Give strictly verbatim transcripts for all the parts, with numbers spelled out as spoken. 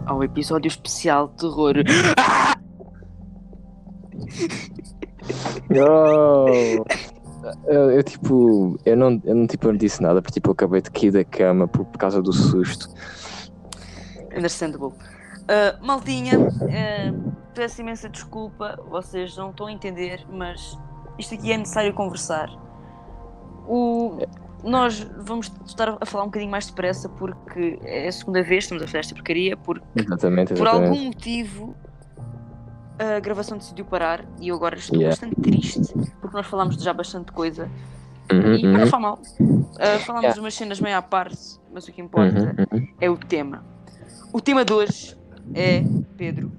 ao episódio especial de terror. Oh, eu, eu, tipo, eu não, eu não, tipo, eu não disse nada, porque tipo, eu acabei de cair da cama por, por causa do susto. Understandable. Uh, maldinha, uh, peço imensa desculpa, vocês não estão a entender, mas isto aqui é necessário conversar. O... Nós vamos estar a falar um bocadinho mais depressa porque é a segunda vez que estamos a fazer esta porcaria, porque Exatamente, exatamente. por algum motivo a gravação decidiu parar e eu agora estou Yeah. bastante triste porque nós falámos de já bastante coisa. Uhum, E uhum. não faz mal. Uh, falámos Yeah. de umas cenas meio à parte, mas o que importa Uhum, uhum. é o tema. O tema de hoje é, Pedro,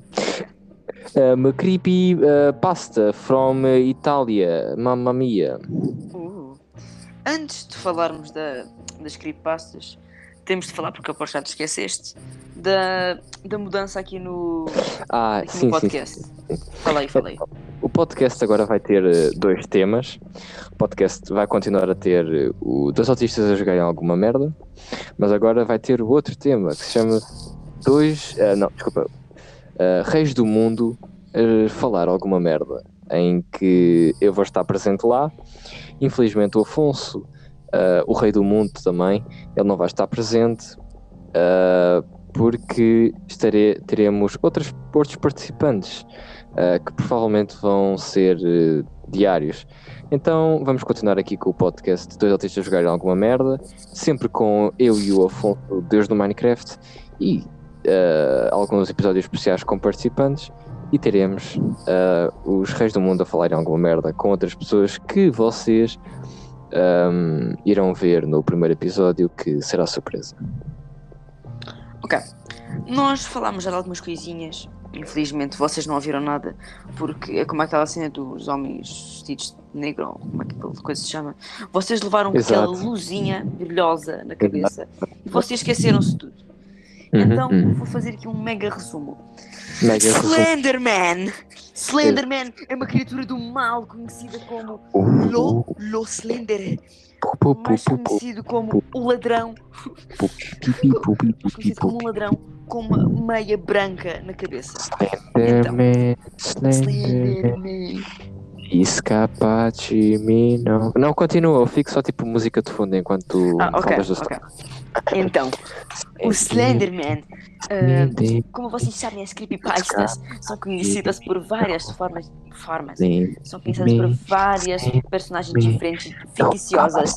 Um, creepy uh, pasta from Itália, mamma mia. uh, antes de falarmos da, das creepypastas, temos de falar, porque eu posso já te esqueceste, da, da mudança aqui no, Ah, aqui sim, no sim, podcast. sim, sim. Falei, falei. O podcast agora vai ter uh, dois temas. O podcast vai continuar a ter uh, o dois autistas a jogarem alguma merda, mas agora vai ter o outro tema que se chama dois, uh, não, desculpa, uh, Reis do Mundo a falar alguma merda, em que eu vou estar presente lá. Infelizmente o Afonso, uh, o Rei do Mundo também, ele não vai estar presente, uh, porque estarei, teremos outros, outros participantes uh, que provavelmente vão ser uh, diários. Então vamos continuar aqui com o podcast de dois autistas jogarem alguma merda, sempre com eu e o Afonso, Deus do Minecraft, e uh, alguns episódios especiais com participantes. E teremos uh, os Reis do Mundo a falarem alguma merda com outras pessoas que vocês um, irão ver no primeiro episódio, que será surpresa. Ok. Nós falámos já de algumas coisinhas. Infelizmente vocês não ouviram nada, porque é como aquela cena dos homens vestidos de negro, ou como é que aquela coisa se chama. Vocês levaram Exato. aquela luzinha brilhosa na cabeça e vocês esqueceram-se de tudo. Uhum, Então uhum. vou fazer aqui um mega resumo. Mega resumo. Slenderman! Slenderman é uma criatura do mal conhecida como Lo, Lo Slender, mais conhecido como o ladrão, mais conhecido como um ladrão com uma meia branca na cabeça. Slenderman, Então, Slenderman. escapa de mim, não. Não, continua, eu fico só tipo música de fundo enquanto tu Ah, ok, falas do ok. Então, o Slenderman, uh, como vocês sabem, as creepypastas são conhecidas por várias formas, formas são conhecidas por várias personagens diferentes, ficticiosas,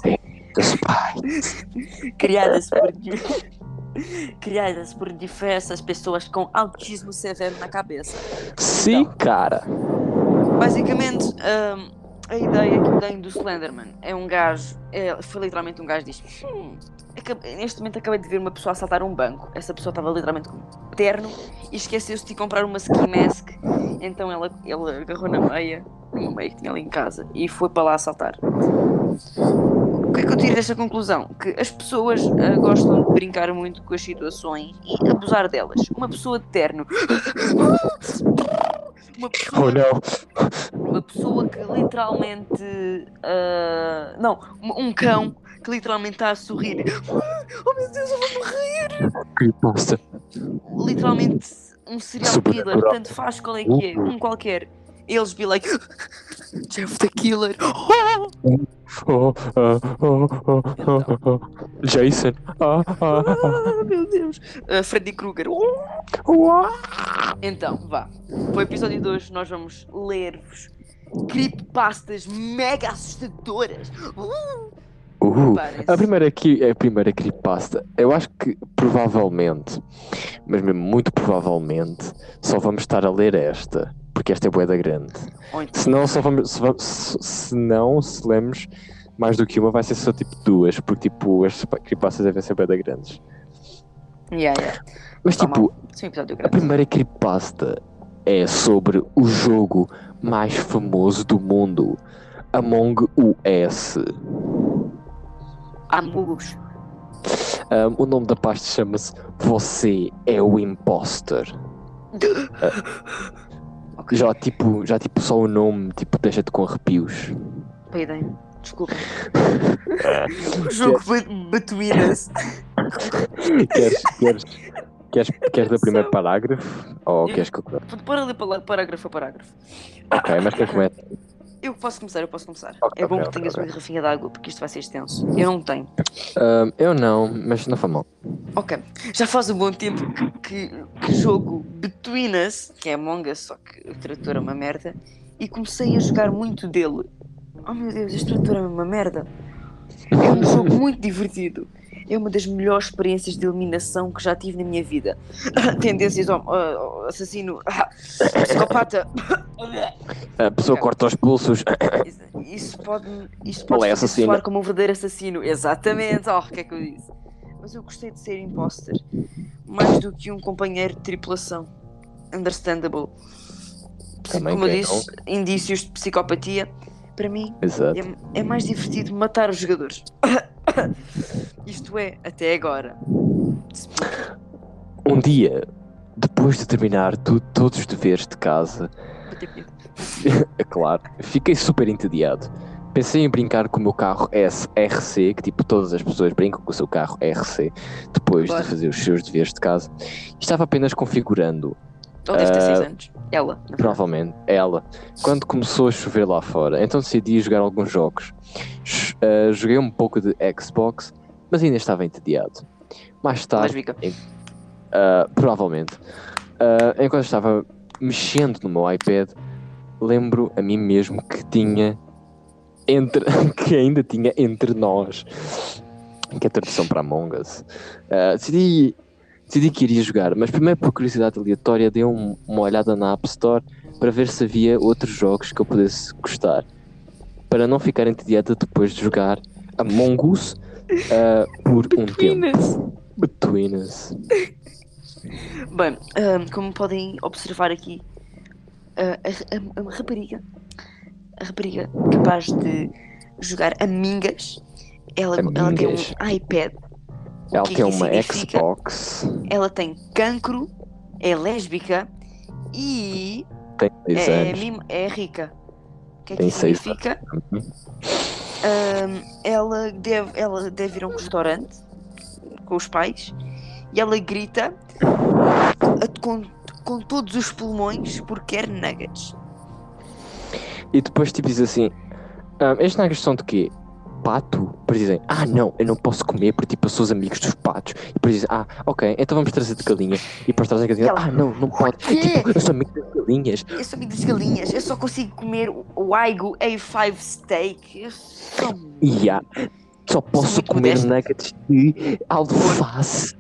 criadas por, criadas por diversas pessoas com autismo severo na cabeça. Sim, Então, cara. basicamente, um, a ideia que eu tenho do Slenderman é um gajo, é, foi literalmente um gajo que diz: hum, acabei, neste momento acabei de ver uma pessoa assaltar um banco. Essa pessoa estava literalmente com um terno e esqueceu-se de comprar uma ski mask. Então ela, ele agarrou na meia, numa meia que tinha ali em casa, e foi para lá assaltar. O que é que eu tiro desta conclusão? Que as pessoas uh, gostam de brincar muito com as situações e abusar delas. Uma pessoa de terno. Uma pessoa, Oh não. uma pessoa que literalmente. Uh, não, um cão que literalmente está a sorrir. Oh meu Deus, eu vou morrer! Que bosta. Literalmente um serial killer, Sobrenatural. tanto faz qual é que é, um qualquer. Eles be like, Jeff the Killer. Oh, oh, oh, oh, oh, oh. Jason. Ah, ah, ah. Ah, meu Deus. Uh, Freddy Krueger. Uau. Então, vá. Para o episódio de hoje nós vamos ler-vos creepypastas mega assustadoras. Uh! Uh, Preparem-se. a primeira aqui é a primeira creepypasta. Eu acho que provavelmente, mas mesmo muito provavelmente, só vamos estar a ler esta, porque esta é bué da grande. Ou então, Se não, só vamos, se, vamos- se, se não, se lemos mais do que uma, vai ser só tipo duas, porque tipo as creepypastas devem ser bué da grandes. yeah, yeah. Mas Tá tipo, mal. Sim, um episódio a grande. primeira creepypasta é sobre o jogo mais famoso do mundo, Among Us. Amigos. Um, o nome da pasta chama-se Você é o Imposter. Ok, Já tipo, já tipo só o nome tipo, deixa-te com arrepios. peidem. Desculpa. O jogo foi between us. Queres, queres, Queres, queres ler o primeiro São- parágrafo? Ou Eu- queres que eu... Para ler pala- parágrafo a parágrafo. Ok, mas quem começa? Eu posso começar, eu posso começar. Ok, É bom ok, que tenhas ok. uma garrafinha de água, porque isto vai ser extenso. Eu não tenho. Ahm, eu não, mas não foi mal. Ok. Já faz um bom tempo que, que, que jogo Between Us, que é Among Us, só que o tradutor é uma merda, e comecei a jogar muito dele. Oh meu Deus, este tradutor é uma merda. É um jogo muito divertido. É uma das melhores experiências de eliminação que já tive na minha vida. Tendências ao, ao assassino, psicopata. A pessoa Ok. corta os pulsos. Isso, isso pode, isso Ela pode é fazer assassina. soar como um verdadeiro assassino. Exatamente. Oh, o que é que eu disse? Mas eu gostei de ser imposter. Mais do que um companheiro de tripulação. Understandable. Também Como eu quem disse, indícios de psicopatia. Para mim, Exato. é, é mais divertido matar os jogadores. Isto é, até agora. Um dia, depois de terminar tu- todos os deveres de casa, Bater punheta. é claro, fiquei super entediado. Pensei em brincar com o meu carro S R C, que tipo todas as pessoas brincam com o seu carro R C, depois Claro. de fazer os seus deveres de casa. Estava apenas configurando, Ele deve ter seis Ah, anos. Ela. na verdade. provavelmente, ela, quando começou a chover lá fora. Então decidi jogar alguns jogos. Ch- ah, joguei um pouco de Xbox, mas ainda estava entediado. Mais tarde, Lésbica. Uh, provavelmente. Uh, enquanto estava mexendo no meu iPad, lembro a mim mesmo que tinha entre que ainda tinha entre nós, que é a tradução para Among Us. Uh, decidi, decidi que iria jogar, mas primeiro por curiosidade aleatória dei um- uma olhada na App Store para ver se havia outros jogos que eu pudesse gostar, para não ficar entediada depois de jogar Among Us uh, por um Between tempo. Us. Between Us. Bem, ahm, como podem observar aqui, ah, a, a- a rapariga, a rapariga capaz de jogar Amingas, ela, ela tem um Amingas. iPad. O Ela que tem é que isso uma significa? Xbox, Ela tem cancro, é lésbica e tem seis é, anos, mim- é rica. O que é que tem isso seis significa? anos. Ahm, ela, deve, ela deve ir a um restaurante com os pais e ela grita a- com, com todos os pulmões porque quer nuggets. E depois tipo diz assim, ah, estes nuggets são de quê? Pato? Depois dizem, ah não, eu não posso comer porque tipo eu sou os amigos dos patos. E depois dizem, ah ok, então vamos trazer de galinha. E depois trazem galinha, E ela, ah não, não pode. quê? Tipo, eu sou amigo das galinhas. Eu sou amigo das galinhas, eu só consigo comer o, o Aigo A cinco Steak. Eu sou... E ah, só posso muito comer modesto. nuggets de alface.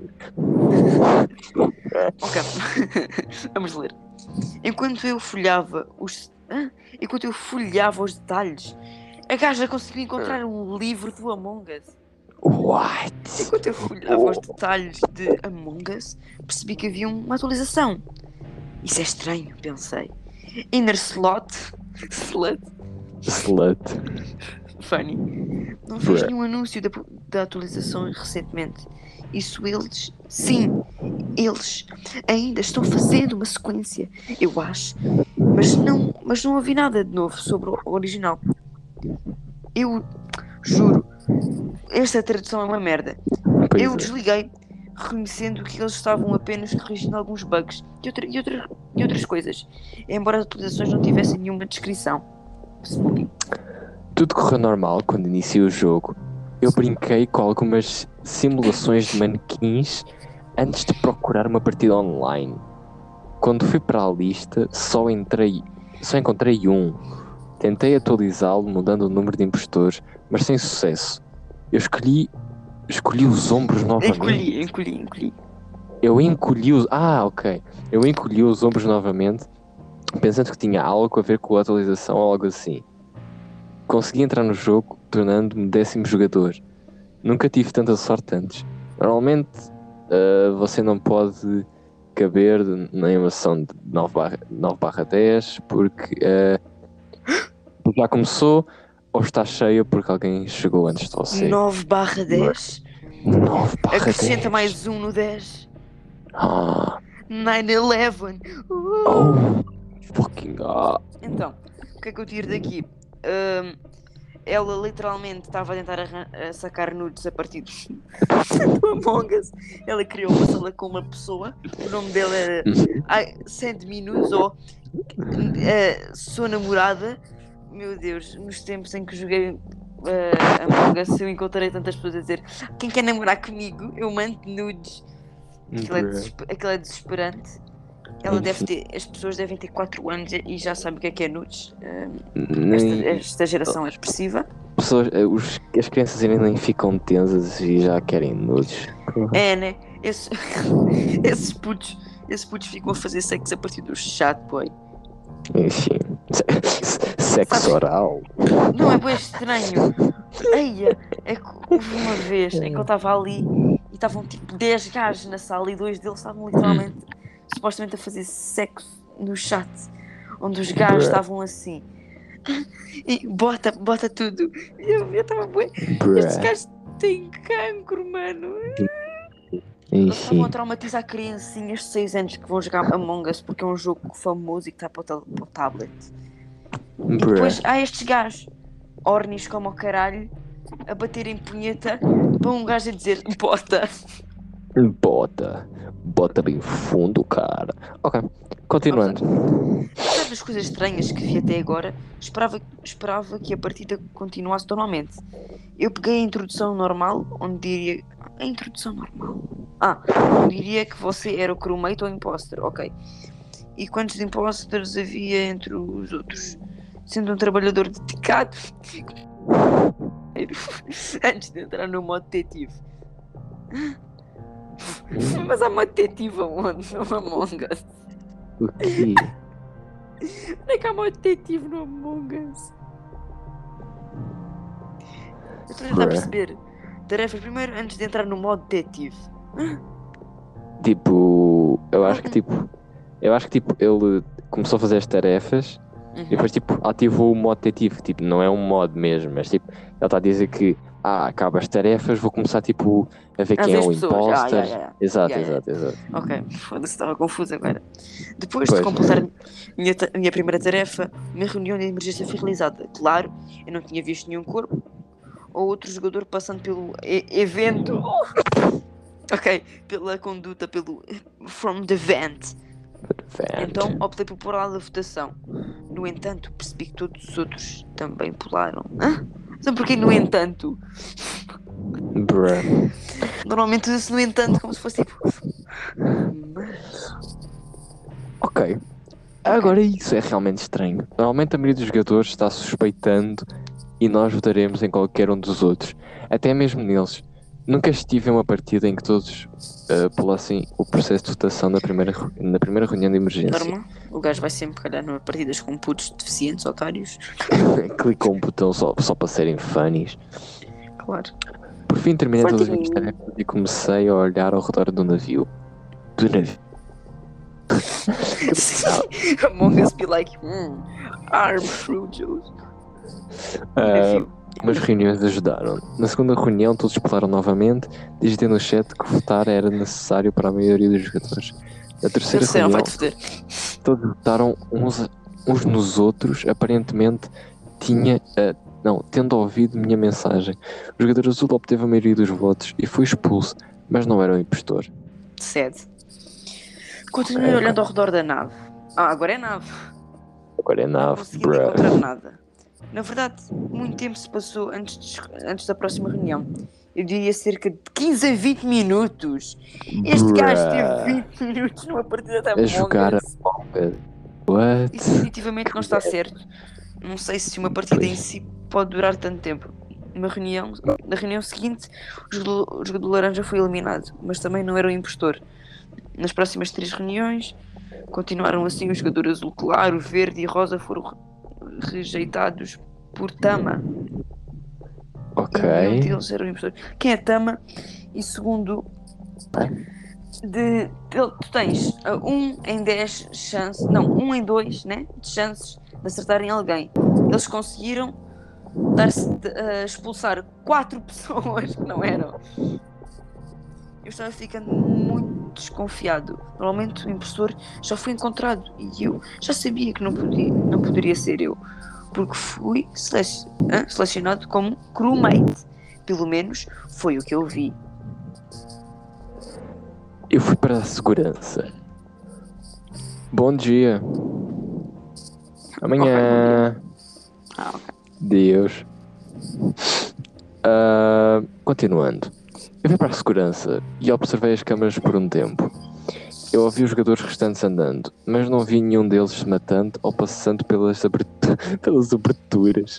Ok, vamos ler. Enquanto eu folhava os. Hã? Enquanto eu folheava os detalhes, a gaja conseguiu encontrar um livro do Among Us. What? Enquanto eu folheava os detalhes de Among Us, percebi que havia uma atualização. Isso é estranho, pensei. Inner slot. Slut. Slut. Funny. Não fiz Bruh. nenhum anúncio da, da atualização recentemente. Isso eles, sim, eles ainda estão fazendo uma sequência, eu acho. Mas não, mas não ouvi nada de novo sobre o original. Eu juro, esta tradução é uma merda. Pois Eu é. desliguei, reconhecendo que eles estavam apenas corrigindo alguns bugs e, outra, e, outra, e outras coisas, embora as atualizações não tivessem nenhuma descrição. Spooky. Tudo correu normal quando iniciei o jogo. Eu brinquei com algumas simulações de manequins antes de procurar uma partida online. Quando fui para a lista, só entrei, só encontrei um. Tentei atualizá-lo mudando o número de impostores, mas sem sucesso. Eu escolhi, escolhi os ombros novamente. Encolhi, encolhi, encolhi. Eu encolhi os... Ah, ok. Eu encolhi os ombros novamente, pensando que tinha algo a ver com a atualização ou algo assim. Consegui entrar no jogo, tornando-me décimo jogador. Nunca tive tanta sorte antes. Normalmente, uh, você não pode caber na animação de nove barra dez, porque uh, já começou, ou está cheia porque alguém chegou antes de você. nove barra dez. nove barra dez. Acrescenta mais um no dez. Ah. nove eleven. Uh. Oh, fucking god. Então, o que é que eu tiro daqui? Ahm, ela literalmente estava a tentar arran- a sacar nudes a partir do do Among Us. Ela criou uma sala com uma pessoa, o nome dela era ai, Send Me Nudes ou eh, Sou Namorada. Meu Deus, nos tempos em que joguei eh, Among Us, eu encontrei tantas pessoas a dizer quem quer namorar comigo, eu mando nudes. Aquilo é, Bruh. desesper- aquilo é desesperante. Ela deve Enfim. ter, as pessoas devem ter quatro anos e já sabem o que é que é nudes. Eh, Nem- esta, esta geração é expressiva. pessoas, eh, os- as crianças ainda nem ficam tensas e já querem nudes. É, né? Esse- esses putos, esses putos ficam a fazer sexo a partir do chat, boy. Enfim. Se- Sexo Sabes- oral. Não, é bem estranho. Eia, é que houve uma vez em que eu estava ali e estavam tipo dez gajos na sala e dois deles estavam literalmente, supostamente a fazer sexo no chat, onde os gajos Bruh. estavam assim. E bota, bota tudo. E eu estava bem. Estes Bruh. gajos têm cancro, mano. Eles estavam a Enfim. traumatizar criancinhas de seis anos que vão jogar Among Us porque é um jogo famoso e que está para o, tel- para o tablet. E Bruh. depois há estes gajos, ornis como o caralho, a baterem punheta para um gajo a dizer bota. Bota. Bota bem fundo, cara. Ok. Continuando. Apesar das coisas estranhas que vi até agora, esperava, esperava que a partida continuasse normalmente. Eu peguei a introdução normal, onde diria... A introdução normal? Ah, onde diria que você era o crewmate ou imposter, ok. E quantos imposters havia entre os outros? Sendo um trabalhador dedicado... Antes de entrar no modo detetive. Mas há modo detetive aonde? No Among Us. O quê? Onde é que há modo detetive no Among Us? Eu estou a tentar Bruh. perceber. Tarefas primeiro antes de entrar no modo detetive. Tipo, eu acho que tipo, eu acho que tipo, ele começou a fazer as tarefas Uhum. e depois tipo, ativou o modo detetive, tipo, não é um modo mesmo, mas tipo, ele está a dizer que, ah, acaba as tarefas, vou começar tipo, a ver A quem ver é as o pessoas. Ah, imposter. yeah, yeah. Exato, Yeah, yeah. exato, exato. Ok, foda-se, estava confuso agora. Depois Pois. de completar a minha, ta- a minha primeira tarefa, a minha reunião de emergência foi realizada. Claro, eu não tinha visto nenhum corpo ou outro jogador passando pelo e- evento. Ok, pela conduta, pelo from the vent. Vent. Então optei por pular da votação. No entanto, percebi que todos os outros também pularam. Hã? Então porquê no entanto? Bruh. Normalmente usa-se no entanto como se fosse tipo... Mas... Ok. Agora isso é realmente estranho. Normalmente a maioria dos jogadores está suspeitando e nós votaremos em qualquer um dos outros. Até mesmo neles. Nunca estive em uma partida em que todos uh, pulassem o processo de votação na primeira, ru- na primeira reunião de emergência. Normal. O gajo vai sempre calhar numa partidas com putos deficientes, otários. Clicou um botão só, só para serem funnies. Claro. Por fim terminei todas as minhas Fortinho. tarefas e comecei a olhar ao redor do navio. Do navio. Among Us be like, hmm, arm fruit. Uh, Umas reuniões ajudaram. Na segunda reunião todos pularam novamente. Digitei no chat que votar era necessário para a maioria dos jogadores. Na terceira Terceiro, reunião vai-te foder. todos votaram uns, uns nos outros. Aparentemente tinha uh, não, tendo ouvido minha mensagem. O jogador azul obteve a maioria dos votos e foi expulso, mas não era um impostor. Sede. Continuei Ok, olhando ao redor da nave. Ah, agora é nave. Agora é Não nave, consegui bruh. encontrar nada. Na verdade, muito tempo se passou antes, de- antes da próxima reunião. Eu diria cerca de quinze a vinte minutos. Este gajo teve vinte minutos numa partida da A Among jogar Us. Among Us. What? Isso definitivamente não está certo. Não sei se uma partida em si pode durar tanto tempo. Uma reunião, na reunião seguinte, o jogador, o jogador laranja foi eliminado, mas também não era um impostor. Nas próximas três reuniões, continuaram assim o jogador azul claro, verde e rosa foram re- rejeitados por Tama. Ok. E nenhum deles era um impostor. Quem é Tama? E segundo, de, de- tu tens uh, um em dez chances, não, um em dois, né, de chances de acertarem alguém. Eles conseguiram dar-se de, uh, expulsar quatro pessoas que não eram. Eu estava ficando muito desconfiado. Normalmente o impostor já foi encontrado e eu já sabia que não, podia, não poderia ser eu. porque fui selec- hã? selecionado como crewmate. Pelo menos foi o que eu vi. Eu fui para a segurança. Bom dia. Amanhã. Ah, ok. Deus. Ah, continuando. Eu fui para a segurança e observei as câmaras por um tempo. Eu ouvi os jogadores restantes andando, mas não vi nenhum deles se matando ou passando pelas, abertu- pelas aberturas.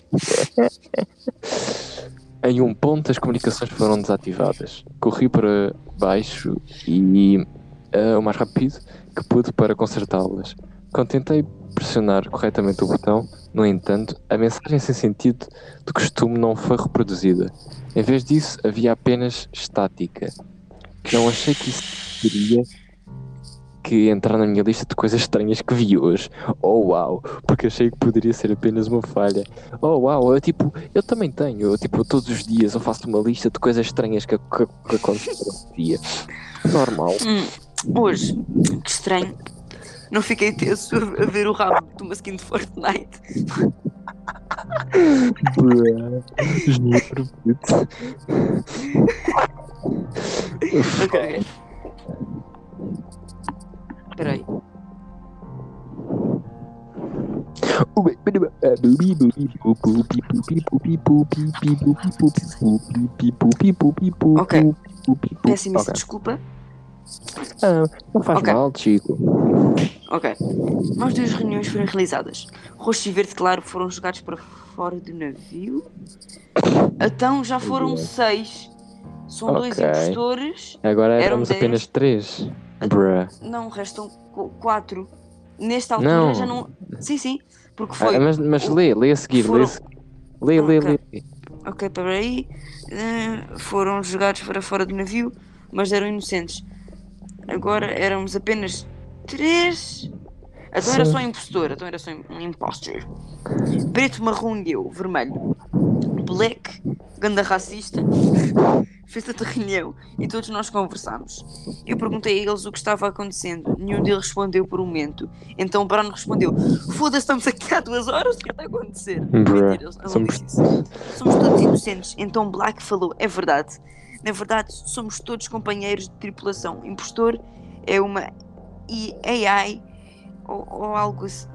Em um ponto as comunicações foram desativadas. Corri para baixo e ah, o mais rápido que pude para consertá-las. Quando tentei pressionar corretamente o botão, no entanto, a mensagem sem sentido de costume não foi reproduzida. Em vez disso, havia apenas estática. Não achei que isso teria que entrar na minha lista de coisas estranhas que vi hoje. Oh uau, porque achei que poderia ser apenas uma falha. Oh uau, eu tipo, eu também tenho, eu, tipo, todos os dias eu faço uma lista de coisas estranhas que, que, que aconteceram no dia. Normal. Hum, hoje, que estranho, não fiquei tenso a a ver o rabo de uma skin de Fortnite. Bruh. Juro, puto. Ok, ok. Espera aí. Ok. Peço imensa Ok. desculpa. Ah, não faz Ok. mal, Chico. Ok. Mais duas reuniões foram realizadas. Roxo e verde claro foram jogados para fora do navio. Então já foram seis. São dois Ok. impostores. Agora Eram éramos dez. apenas três. Bruh. Não, restam qu- quatro. Nesta altura Não. já não. Sim, sim. Porque Ah, foi. mas mas o- lê, lê a seguir, lê foram- a seguir. Lê, lê, Ok. lê. Ok, peraí. Eh, foram jogados para fora do navio, mas eram inocentes. Agora éramos apenas três. Então era Sim. só impostor, então era só um impostor. Preto, marrom e eu, vermelho. Black, ganda racista, fez outra reunião e todos nós conversámos. Eu perguntei a eles o que estava acontecendo. Nenhum deles respondeu por um momento. Então o Brown respondeu: foda-se, estamos aqui há duas horas, o que está a acontecer? Bruh. Mentira, eles não Somos- disse isso. Somos todos inocentes. Então Black falou: é verdade. Na verdade, somos todos companheiros de tripulação. Impostor é uma E A I ou, ou algo assim.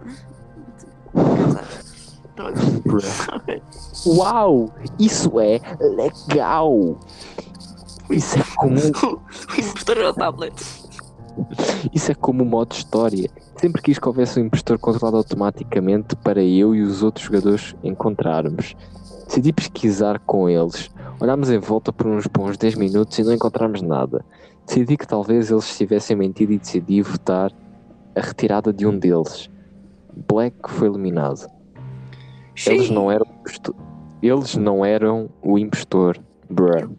Droga. Bruh. Uau! Isso é legal! Isso é como, O impostor era o tablet. isso é como o modo história. Sempre quis que houvesse um impostor controlado automaticamente para eu e os outros jogadores encontrarmos. Decidi pesquisar com eles. Olhámos em volta por uns bons dez minutos e não encontramos nada. Decidi que talvez eles tivessem mentido e decidi votar a retirada de um deles. Black foi eliminado. Eles Xiii. não eram o impostor. Eles não eram o impostor. Bruh.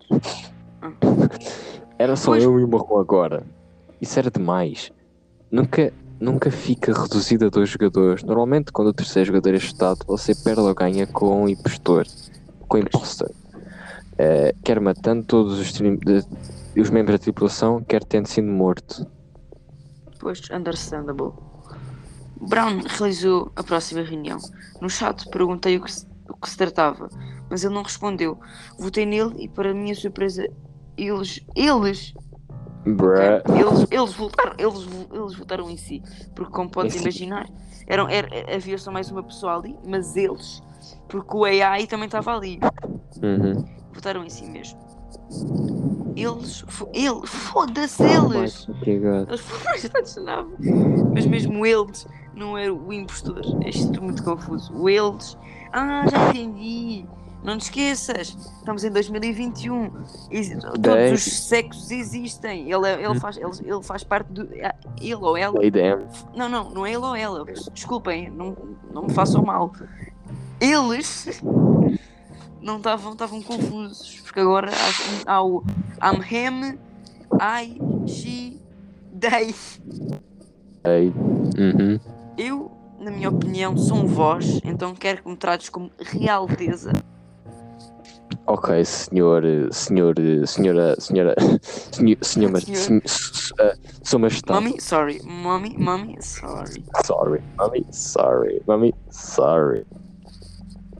Era só Pois. eu e o marrom agora. Isso era demais. Nunca, nunca fica reduzido a dois jogadores. Normalmente, quando o terceiro jogador é chutado, você perde ou ganha com o impostor. Com o impostor. Eh, quer matando todos os, tri- de- os membros da tripulação, quer tendo sido morto. Pois, understandable. Brown realizou a próxima reunião. No chat perguntei o que, se, o que se tratava, mas ele não respondeu. Votei nele e, para minha surpresa, eles. Eles! Bruh. Ok, Eles, eles, votaram, eles, vo- eles votaram em si. Porque, como podes Em si. imaginar, eram, era, havia só mais uma pessoa ali, mas eles, porque o A I também estava ali, Uhum. votaram em si mesmo. Eles. fo- Ele, foda-se, Oh my eles! fucking God. Eles foram estados de nave. Mas mesmo eles não era o impostor. Estou muito confuso. O eles. Ah, já entendi. Não te esqueças. Estamos em dois mil e vinte e um. E todos Dang. os sexos existem. Ele, é- ele, faz, ele, ele faz parte do. ah, Ele ou ela. Hey, damn. Não, não, não é ele ou ela. Desculpem, não, não me façam mal. Eles não estavam estavam confusos. Porque agora há, há o I'm him, I, she, they. Hey. Uhum. Eu, na minha opinião, sou um vós, então quero que me trates como realteza. Ok, senhor, senhor, senhora, senhora, senhor, senhor, mas, Senhor. sou majestade. Mommy, sorry. Mommy, mommy, sorry. Sorry, mommy, sorry, mommy, sorry.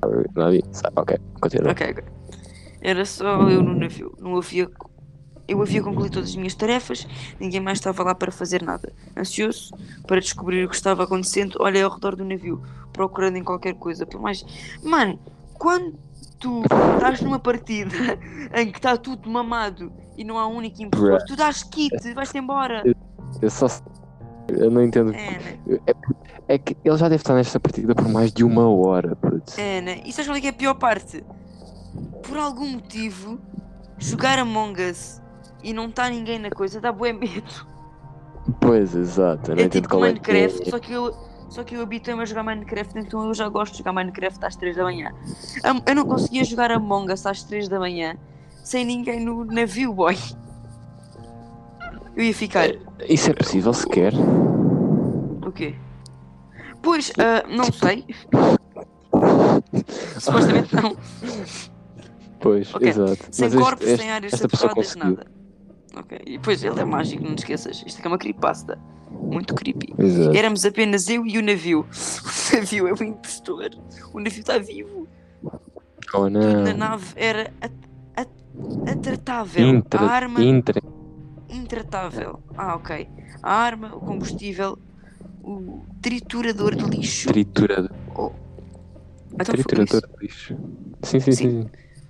Não havia. Ok, continua. Ok, ok. Era só eu no navio. Não havia. Eu havia concluído todas as minhas tarefas, ninguém mais estava lá para fazer nada. Ansioso para descobrir o que estava acontecendo, olhei ao redor do navio, procurando em qualquer coisa. Por mais. Mano, quando tu estás numa partida em que está tudo mamado e não há um único impostor, tu dás kit, vais-te embora. Eu só. Eu não entendo. É, né? É, é que ele já deve estar nesta partida por mais de uma hora, putz. É, né? E sabes qual é que é a pior parte? Por algum motivo, jogar Among Us e não está ninguém na coisa dá bué medo. Pois, exato. Eu não É entendo tipo qual é Minecraft, que é. só que eu, só que eu habituei-me a jogar Minecraft, então eu já gosto de jogar Minecraft às três da manhã. Am- Eu não conseguia jogar Among Us às três da manhã sem ninguém no navio, boy. Eu ia ficar. Isso é possível sequer? O quê? Pois, ah, não sei. Supostamente não. Pois, Ok. exato. Sem Mas este- corpos, este- sem áreas esta pessoa saturadas, conseguiu. nada. Ok. E depois ele é mágico, não te esqueças. Isto aqui é uma creepypasta. Muito creepy. Exato. Éramos apenas eu e o navio. O navio é um impostor. O navio está vivo. Oh Tudo na não. nave era at- at- atratável. Intra, A arma intra, intratável. Ah, ok. A arma, o combustível, o triturador de lixo. triturador. Oh. Então foi Triturador isso. de lixo. Sim, sim, sim. Sim. sim.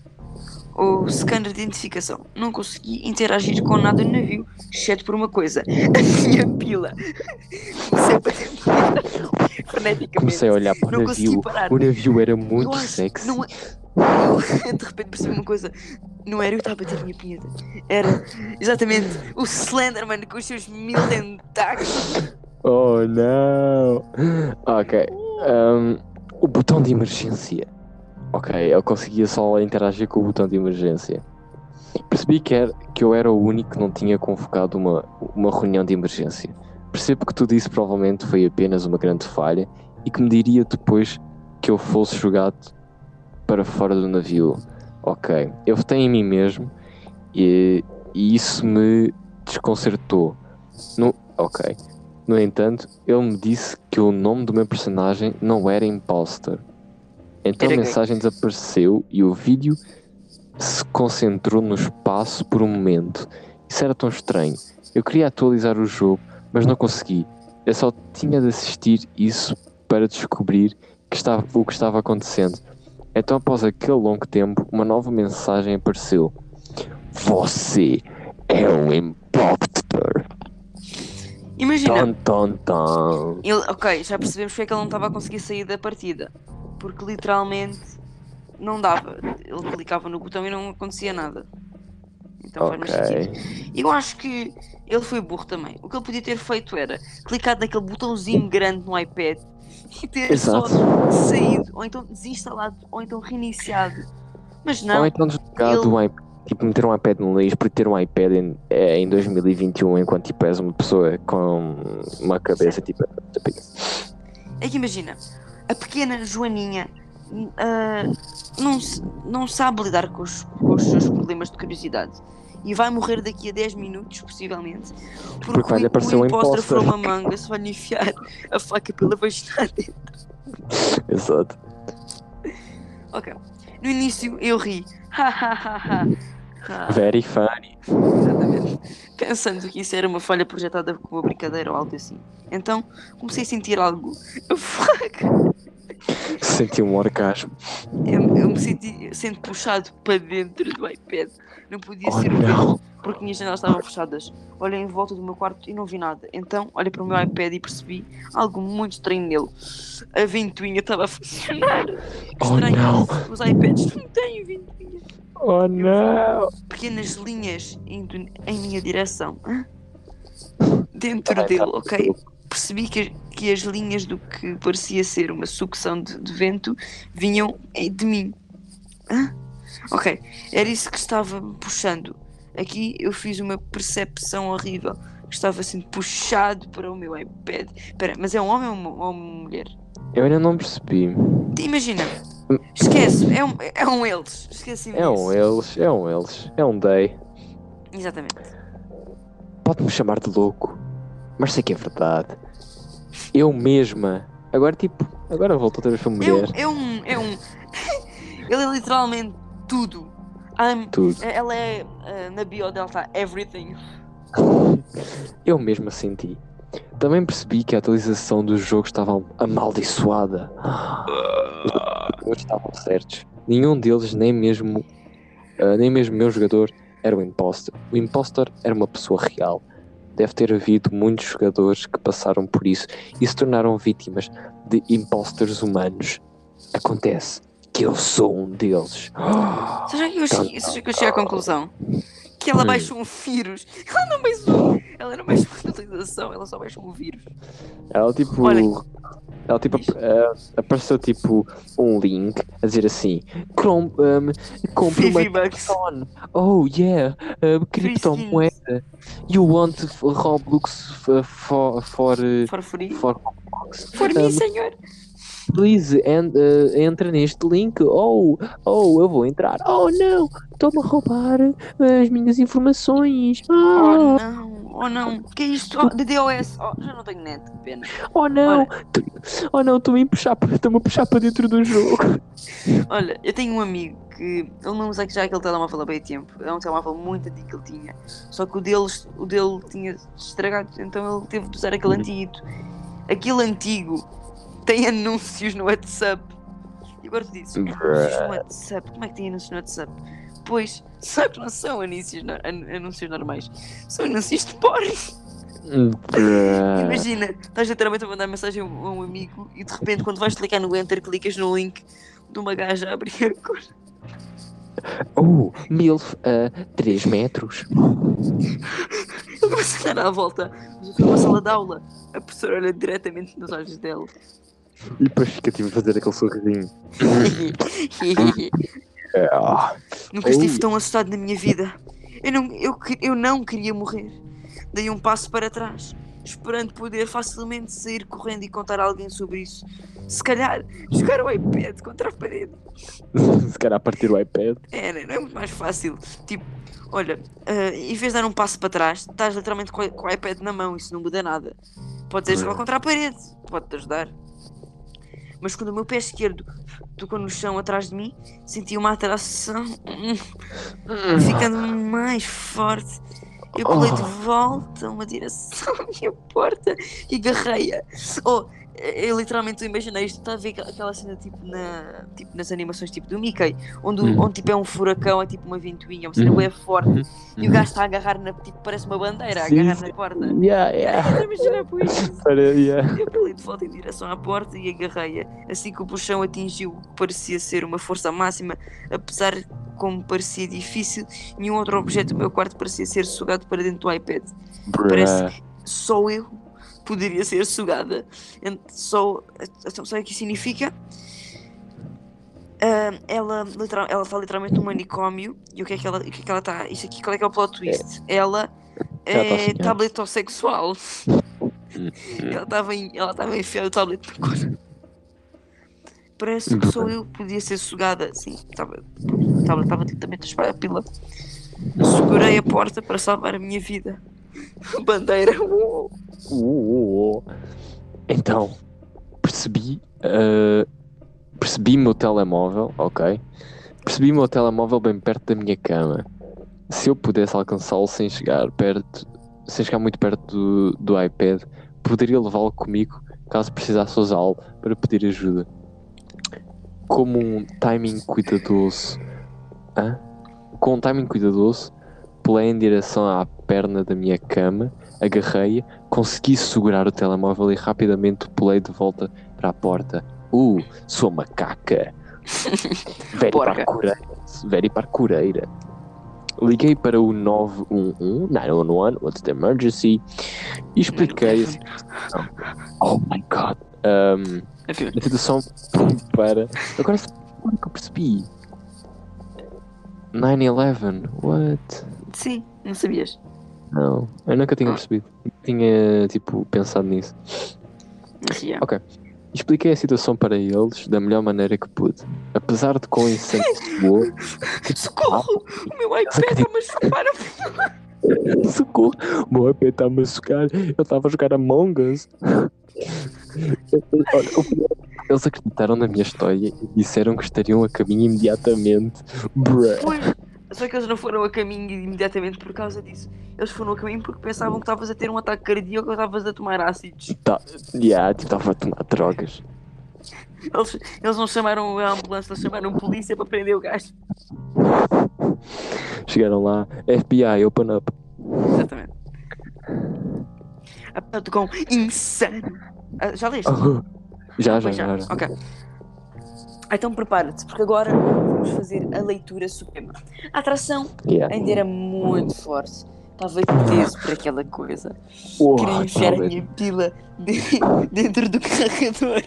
O scanner de identificação. Não consegui interagir com nada no navio, exceto por uma coisa. A minha pila. Comecei a bater freneticamente. Comecei a olhar para o Não consegui navio. parar. O navio era muito Eu acho- sexy. Não é... Eu, de repente percebi uma coisa. Não era eu que estava a bater a minha punheta. Era exatamente o Slenderman com os seus mil tentáculos. Oh não. Ok. Um, o botão de emergência. Ok, eu conseguia só interagir com o botão de emergência. Percebi que, era, que eu era o único que não tinha convocado uma, uma reunião de emergência. Percebo que tudo isso provavelmente foi apenas uma grande falha e que me diria depois que eu fosse jogado para fora do navio. Ok, eu votei em mim mesmo e, e isso me desconcertou. No, ok. No entanto, ele me disse que o nome do meu personagem não era Imposter. Então Era a gay. mensagem desapareceu e o vídeo se concentrou no espaço por um momento. Isso era tão estranho. Eu queria atualizar o jogo, mas não consegui. Eu só tinha de assistir isso para descobrir que estava, o que estava acontecendo. Então, após aquele longo tempo, uma nova mensagem apareceu. Você é um impostor. Imagina, Tom, tom, tom. ele, ok, já percebemos porque é que ele não estava a conseguir sair da partida. Porque literalmente não dava. Ele clicava no botão e não acontecia nada. Então faz mais sentido. Ok. Eu acho que ele foi burro também. O que ele podia ter feito era clicar naquele botãozinho grande no iPad e ter Exato. só saído, ou então desinstalado, ou então reiniciado. Mas não. Ou então desligado ele- o iPad. Tipo, meter um iPad no lixo, porque ter um iPad em, é, em dois mil e vinte e um enquanto tipo, és uma pessoa com uma cabeça tipo. É que imagina, a pequena Joaninha ah, não, se- não sabe lidar com os, com os seus problemas de curiosidade e vai morrer daqui a dez minutos, possivelmente, porque, Porque vai-lhe o, aparecer o um impostor impostor. from Among Us vai-lhe enfiar a faca pela vagina dentro. Exato. Ok. No início eu ri. Ha, ha, ha, ha. Ha. Very funny. Exatamente. Pensando que isso era uma falha projetada como uma brincadeira ou algo assim. Então comecei a sentir algo. Fuck. Senti um orgasmo. Eu, eu me senti sendo puxado para dentro do iPad. Não podia Oh ser o não. vento, porque minhas janelas estavam fechadas. Olhei em volta do meu quarto e não vi nada. Então olhei para o meu iPad e percebi algo muito estranho nele. A ventoinha estava a funcionar. Que Oh estranho. não. Os iPads não têm ventoinha. Oh não. Pequenas linhas indo em minha direção. Hã? Dentro Tá bem, dele, tá. ok? Percebi que, que as linhas do que parecia ser uma sucção de, de vento vinham eh, de mim. Hã? Ok, era isso que estava me puxando. Aqui eu fiz uma percepção horrível. Estava sendo puxado para o meu iPad. Espera, mas é um homem ou uma, ou uma mulher? Eu ainda não percebi. Imagina, esquece, é um, é um eles. Esqueci-me É um disso. eles, é um eles, é um day. Exatamente. Pode-me chamar de louco, mas sei que é verdade. Eu mesma. Agora tipo, agora voltou a ter a sua É um, mulher. é um, é um, Ele é literalmente tudo. I'm, Tudo. Ela é, uh, na bio dela está everything. Eu mesmo a senti. Também percebi que a atualização do jogo estava amaldiçoada. Os jogadores estavam certos. Nenhum deles, nem mesmo, uh, nem mesmo meu jogador, era o impostor. O impostor era uma pessoa real. Deve ter havido muitos jogadores que passaram por isso e se tornaram vítimas de imposters humanos. Acontece que eu sou um deles. Seja que eu cheguei, seja que eu cheguei à conclusão que ela baixou um vírus. Ela não baixou, ela não baixou uma atualização, ela só baixou um vírus. Ela tipo, Olha, ela tipo uh, apareceu tipo um link a dizer assim: Com, um, compre uma V-Bucks. Krypton. Oh yeah, uh, criptomoeda. You want Roblox for for for, uh, For free? for Roblox? For mim, senhor. Please, and, uh, entra neste link. Oh, oh, eu vou entrar. Oh não, estão-me a roubar as minhas informações. Oh Ah, não, oh não, que é isto? Oh, de D O S. Oh, já não tenho net, que pena. oh não, Olha. tu- oh não, estou-me a puxar, estou-me a puxar para dentro do jogo. Olha, eu tenho um amigo que ele não usa já aquele telemóvel há bem tempo. É um telemóvel muito antigo que ele tinha. Só que o, deles, o dele tinha estragado, então ele teve de usar aquele antigo. Aquele antigo tem anúncios no WhatsApp. E agora tu dizes, anúncios no WhatsApp? Como é que tem anúncios no WhatsApp? Pois, só que não são anúncios, no- an- anúncios normais. São anúncios de porno. Imagina, estás literalmente a mandar mensagem a um amigo e de repente quando vais clicar no enter, clicas no link de uma gaja a abrir a cor. Oh, milf a três metros. Eu começo a dar à volta, mas eu estou numa sala de aula. A professora olha diretamente nos olhos dela. E depois fica tipo a fazer aquele sorrisinho. Ah, Nunca estive tão assustado na minha vida. Eu não, eu, que- eu não queria morrer. Dei um passo para trás, esperando poder facilmente sair correndo e contar a alguém sobre isso. Se calhar, jogar o iPad contra a parede. se calhar a partir do iPad. É, não é muito mais fácil. Tipo, olha, ah, em vez de dar um passo para trás, estás literalmente com, o- com o iPad na mão, isso não muda nada. Podes ir jogar contra a parede, pode-te ajudar. Mas quando o meu pé esquerdo tocou no chão atrás de mim, senti uma atração hum, ficando mais forte. Eu pulei de volta a uma direção à minha porta e agarrei-a. Oh, eu literalmente imaginei isto. Está a ver aquela- aquela cena tipo, na, tipo nas animações tipo do Mickey, onde, o- Uhum. onde tipo é um furacão, é tipo uma ventoinha, uma cena Uhum. bué forte. Uhum. E o gajo está a agarrar na, tipo, parece uma bandeira, a Sim, agarrar sim. na porta. Yeah, yeah. Imagina por isso. Para, yeah. Eu pulei de volta em direção à porta e agarrei-a. Assim que o puxão atingiu o que parecia ser uma força máxima, apesar de como parecia difícil, nenhum outro objeto do meu quarto parecia ser sugado para dentro do iPad. Parece Bruh. que só eu poderia ser sugada. Ent- Só, então, sabe o que isso significa? Ah, ela, literal, ela está literalmente num manicômio. E o que é que ela o que é que ela está? Isto aqui, qual é que é o plot twist? Ela Ela tá é assim, é. tabletossexual. Ela estava em, ela estava a enfiar o tablet no cu. Parece que só eu podia ser sugada. Sim, estava, o tablet estava literalmente a espalhar a pila. Segurei a porta para salvar a minha vida. Bandeira. uou. Uh, uh, uh. Então, percebi. Uh, percebi meu telemóvel, ok? Percebi meu telemóvel bem perto da minha cama. Se eu pudesse alcançá-lo sem chegar perto, sem chegar muito perto do, do iPad, poderia levá-lo comigo caso precisasse usá-lo para pedir ajuda. Como um timing cuidadoso. Hã? Com um timing cuidadoso, pulei em direção à perna da minha cama, agarrei-a, consegui segurar o telemóvel e rapidamente pulei de volta para a porta. Uh, sou macaca. Very Porca. parkureira. Very parkureira. Liguei para o nove um um, nove um um, what's the emergency? E expliquei a situação. Oh my god. Um, Enfim, a situação para... Agora agora que eu percebi. nove eleven, what? sim, não sabias. Não, eu nunca tinha Ah. percebido. Nunca tinha, tipo, pensado nisso. Mas sim, é. Ok. Expliquei a situação para eles da melhor maneira que pude. Apesar de com incêndio soou... Socorro! O meu iPad está-me a chupar a Socorro! O meu iPad está-me a sugar. Eu estava a jogar Among Us. Olha, o pior Eles acreditaram na minha história e disseram que estariam a caminho imediatamente. Bruh. Pois, só que eles não foram a caminho imediatamente por causa disso. Eles foram a caminho porque pensavam que estavas a ter um ataque cardíaco ou estavas a tomar ácidos. Tá, yeah, tipo, estava a tomar drogas. Eles, eles não chamaram a ambulância, eles chamaram a polícia para prender o gajo. Chegaram lá, F B I, open up. Exatamente. Aponto com insano. Ah, já leste? Já, Ah, já, pois já, já. Ok. Então prepara-te, porque agora vamos fazer a leitura suprema. A atração Yeah. ainda era muito forte. Estava teso por aquela coisa. Oh, Queria enfiar a talvez. minha pila de- dentro do carregador.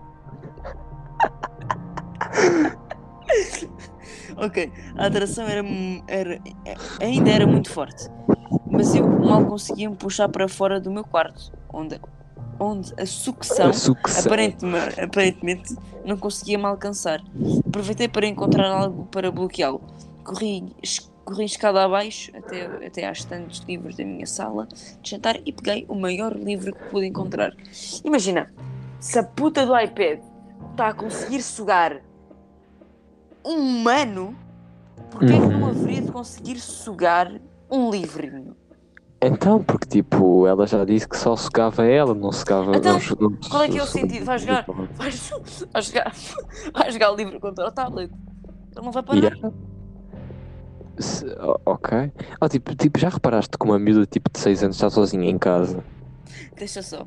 Ok, a atração era, mu- era- ainda era muito forte. Mas eu mal conseguia me puxar para fora do meu quarto, onde, onde a sucção A sucção. aparentemente, aparentemente não conseguia me alcançar. Aproveitei para encontrar algo para bloqueá-lo. Corri, es- corri escada abaixo até, até às estantes de livros da minha sala de jantar e peguei o maior livro que pude encontrar. Imagina, se a puta do iPad está a conseguir sugar um humano, porquê é que não Uhum. haveria de conseguir sugar um livrinho? Então, porque tipo, ela já disse que só sugava ela, não sugava. Então, não, não, qual é que é o sentido? Vai jogar, vai, vai jogar, vai jogar o livro contra o tablet. Ele não vai parar. Yeah. Se- o- ok. Ah, tipo, tipo, já reparaste que uma miúda tipo, de seis anos está sozinha em casa? Deixa só.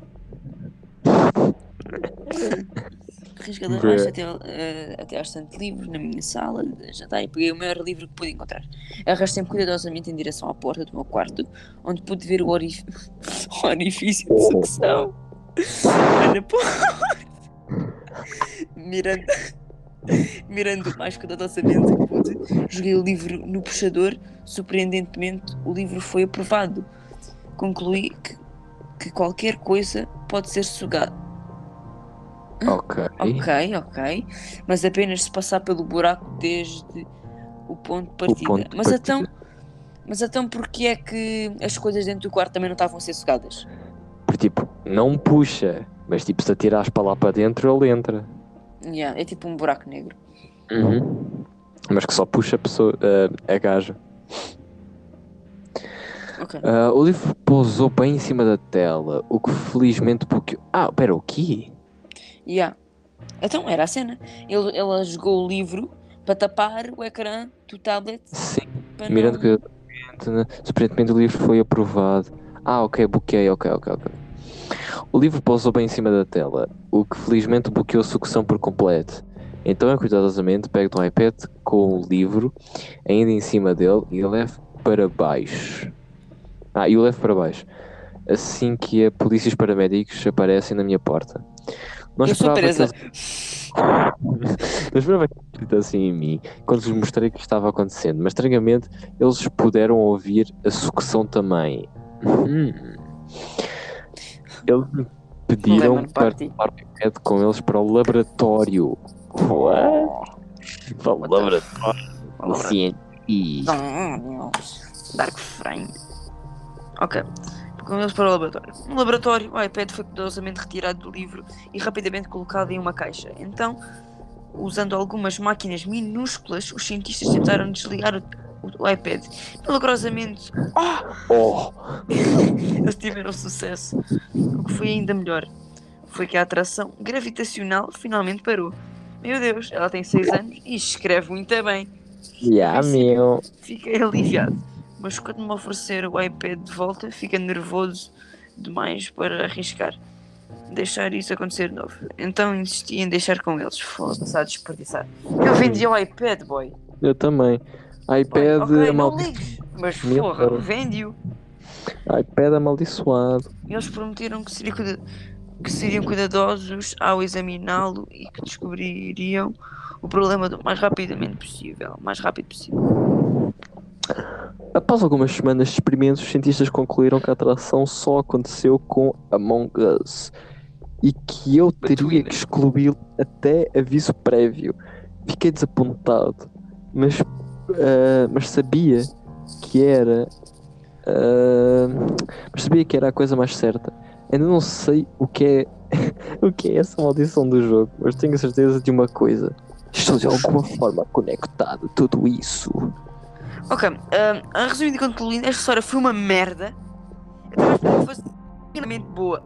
Risca de Bruh. abaixo até, ao- eh, até ao estante de livros na minha sala de jantar e peguei o maior livro que pude encontrar. Arrastei-me cuidadosamente em direção à porta do meu quarto, onde pude ver o, orif... o orifício de sucção. Olha, pô. Mirando, mirando o mais cuidadosamente que pude, joguei o livro no puxador. Surpreendentemente, o livro foi aprovado. Concluí que, que qualquer coisa pode ser sugada. Ok. Ok, ok. Mas apenas se passar pelo buraco desde o ponto de partida. ponto de mas, partida. Então, mas então porquê é que as coisas dentro do quarto também não estavam a ser sugadas? Porque tipo, não puxa, mas tipo, se atirares para lá para dentro, ele entra. Yeah, é tipo um buraco negro. Uhum. Mas que só puxa a pessoa, ah, a gaja. Ok. Ah, o livro pousou bem em cima da tela, o que felizmente porque. Ah, pera, o quê? Yeah. Então era a cena. Ele, ela jogou o livro para tapar o ecrã do tablet. Sim, Para mirando não... que né? Surpreendentemente o livro foi aprovado. Ah, ok, bloqueei, ok, ok, ok. O livro pousou bem em cima da tela, o que felizmente bloqueou a sucção por completo. Então eu cuidadosamente pego um iPad com o livro ainda em cima dele e o levo para baixo. Ah, e o levo para baixo. Assim que a polícia e os paramédicos aparecem na minha porta. Não Eu sou esperava que presa. eles... Não esperava que eles acreditassem em mim quando lhes mostrei o que estava acontecendo, mas estranhamente eles puderam ouvir a sucção também. Hum. Eles me pediram Lemon para Party. levar o iPad com eles para o laboratório. What? Para o What the laboratório do cientista. Dark Frame. Ok. Com eles para o laboratório. No laboratório, o iPad foi cuidadosamente retirado do livro e rapidamente colocado em uma caixa. Então, usando algumas máquinas minúsculas, os cientistas tentaram desligar o, o, o iPad. Milagrosamente, oh! Oh! Eles tiveram sucesso. O que foi ainda melhor foi que a atração gravitacional finalmente parou. Meu Deus, ela tem seis anos e escreve muito bem. Yeah, No princípio, meu. Fiquei aliviado, mas quando me oferecer o iPad de volta, fica nervoso demais para arriscar deixar isso acontecer de novo. Então insisti em deixar com eles. Foda-se a desperdiçar. Eu vendi o iPad, boy. Eu também. iPad Boy, ok, não amaldiçoado. ligues, mas Mil porra, euros. vendi-o. iPad amaldiçoado. E eles prometeram que, seria cuida- que seriam cuidadosos ao examiná-lo e que descobririam o problema do mais rapidamente possível. Mais rápido possível. Após algumas semanas de experimentos, os cientistas concluíram que a atração só aconteceu com Among Us e que eu teria que excluí-lo até aviso prévio. Fiquei desapontado, mas, uh, mas sabia que era uh, mas sabia que era a coisa mais certa. Ainda não sei o que é o que é essa maldição do jogo, mas tenho certeza de uma coisa. Estou de alguma forma conectado a tudo isso. Ok, um, a resumindo e concluindo, esta história foi uma merda. Eu estava a fosse realmente boa.